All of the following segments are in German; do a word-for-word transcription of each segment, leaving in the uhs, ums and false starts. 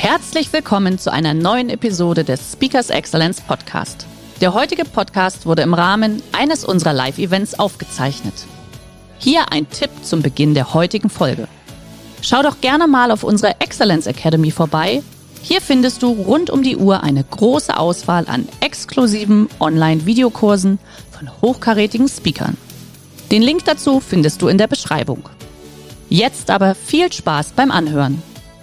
Herzlich willkommen zu einer neuen Episode des Speakers Excellence Podcast. Der heutige Podcast wurde im Rahmen eines unserer Live-Events aufgezeichnet. Hier ein Tipp zum Beginn der heutigen Folge. Schau doch gerne mal auf unserer Excellence Academy vorbei. Hier findest du rund um die Uhr eine große Auswahl an exklusiven Online-Videokursen von hochkarätigen Speakern. Den Link dazu findest du in der Beschreibung. Jetzt aber viel Spaß beim Anhören.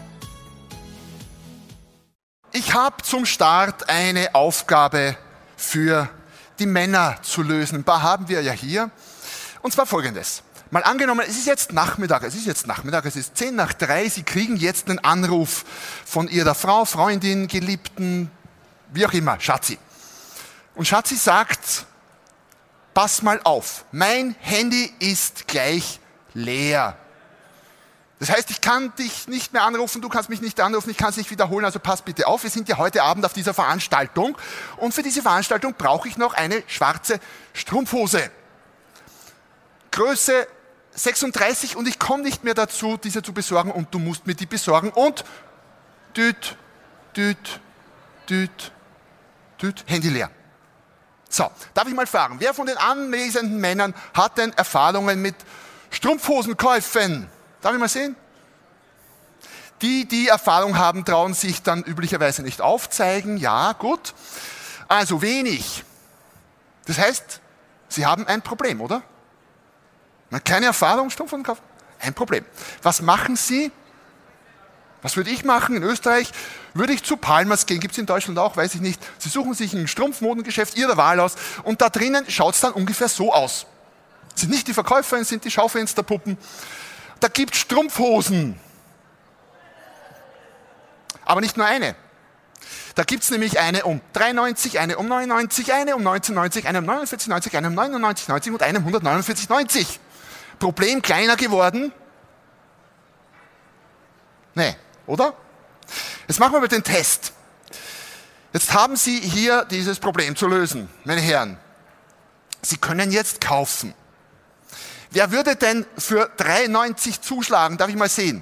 Ich habe zum Start eine Aufgabe für die Männer zu lösen. Ein paar haben wir ja hier. Und zwar folgendes. Mal angenommen, es ist jetzt Nachmittag, es ist jetzt Nachmittag, es ist zehn nach drei, Sie kriegen jetzt einen Anruf von Ihrer Frau, Freundin, Geliebten, wie auch immer, Schatzi. Und Schatzi sagt, pass mal auf, mein Handy ist gleich leer. Das heißt, ich kann dich nicht mehr anrufen, du kannst mich nicht anrufen, ich kann es nicht wiederholen, also pass bitte auf. Wir sind ja heute Abend auf dieser Veranstaltung und für diese Veranstaltung brauche ich noch eine schwarze Strumpfhose. Größe sechsunddreißig und ich komme nicht mehr dazu, diese zu besorgen und du musst mir die besorgen und düt, düt, düt, düt, Handy leer. So, darf ich mal fragen, wer von den anwesenden Männern hat denn Erfahrungen mit Strumpfhosenkäufen? Darf ich mal sehen? Die, die Erfahrung haben, trauen sich dann üblicherweise nicht aufzeigen. Ja, gut. Also wenig. Das heißt, Sie haben ein Problem, oder? Keine Erfahrung, Strumpfhosen kaufen? Ein Problem. Was machen Sie? Was würde ich machen in Österreich? Würde ich zu Palmas gehen, gibt es in Deutschland auch, weiß ich nicht. Sie suchen sich ein Strumpfmodengeschäft Ihrer Wahl aus und da drinnen schaut es dann ungefähr so aus. Das sind nicht die Verkäufer, sind die Schaufensterpuppen. Da gibt es Strumpfhosen. Aber nicht nur eine. Da gibt es nämlich eine um drei neunzig, eine um neun neunzig, eine um neunzehn neunzig, eine um neunundvierzig neunzig, eine um neunundneunzig neunzig und eine um hundertneunundvierzig neunzig. Problem kleiner geworden? Nee, oder? Jetzt machen wir mal den Test. Jetzt haben Sie hier dieses Problem zu lösen, meine Herren. Sie können jetzt kaufen. Wer würde denn für drei neunzig zuschlagen? Darf ich mal sehen?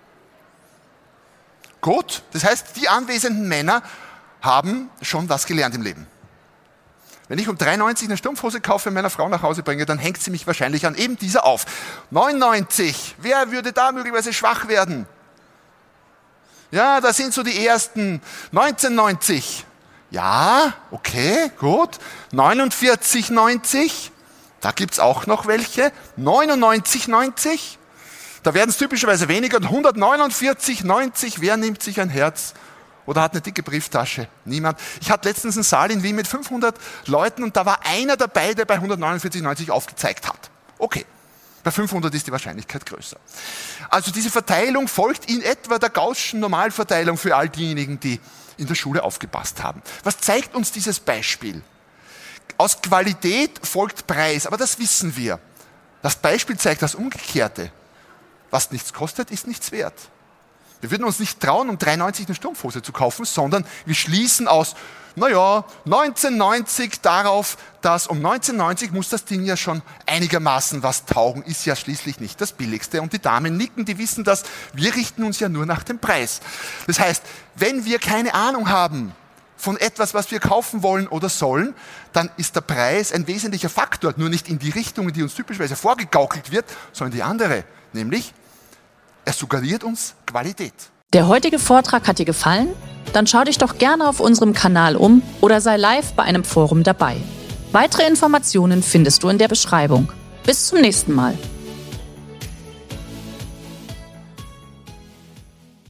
Gut, das heißt, die anwesenden Männer haben schon was gelernt im Leben. Wenn ich um drei neunzig eine Strumpfhose kaufe und meiner Frau nach Hause bringe, dann hängt sie mich wahrscheinlich an eben dieser auf. neun neunzig, wer würde da möglicherweise schwach werden? Ja, da sind so die ersten. neunzehn neunzig. Ja, okay, gut. neunundvierzig neunzig. Da gibt es auch noch welche. neunundneunzig neunzig. Da werden es typischerweise weniger. Und hundertneunundvierzig neunzig. Wer nimmt sich ein Herz oder hat eine dicke Brieftasche? Niemand. Ich hatte letztens einen Saal in Wien mit fünfhundert Leuten und da war einer dabei, der bei hundertneunundvierzig neunzig aufgezeigt hat. Okay, bei fünfhundert ist die Wahrscheinlichkeit größer. Also diese Verteilung folgt in etwa der Gaußschen Normalverteilung für all diejenigen, die in der Schule aufgepasst haben. Was zeigt uns dieses Beispiel? Aus Qualität folgt Preis, aber das wissen wir. Das Beispiel zeigt das Umgekehrte. Was nichts kostet, ist nichts wert. Wir würden uns nicht trauen, um drei neunzig eine Strumpfhose zu kaufen, sondern wir schließen aus, naja, neunzehn neunzig darauf, dass um neunzehn neunzig muss das Ding ja schon einigermaßen was taugen, ist ja schließlich nicht das Billigste. Und die Damen nicken, die wissen das, wir richten uns ja nur nach dem Preis. Das heißt, wenn wir keine Ahnung haben von etwas, was wir kaufen wollen oder sollen, dann ist der Preis ein wesentlicher Faktor, nur nicht in die Richtung, die uns typischerweise vorgegaukelt wird, sondern die andere, nämlich er suggeriert uns Qualität. Der heutige Vortrag hat dir gefallen? Dann schau dich doch gerne auf unserem Kanal um oder sei live bei einem Forum dabei. Weitere Informationen findest du in der Beschreibung. Bis zum nächsten Mal.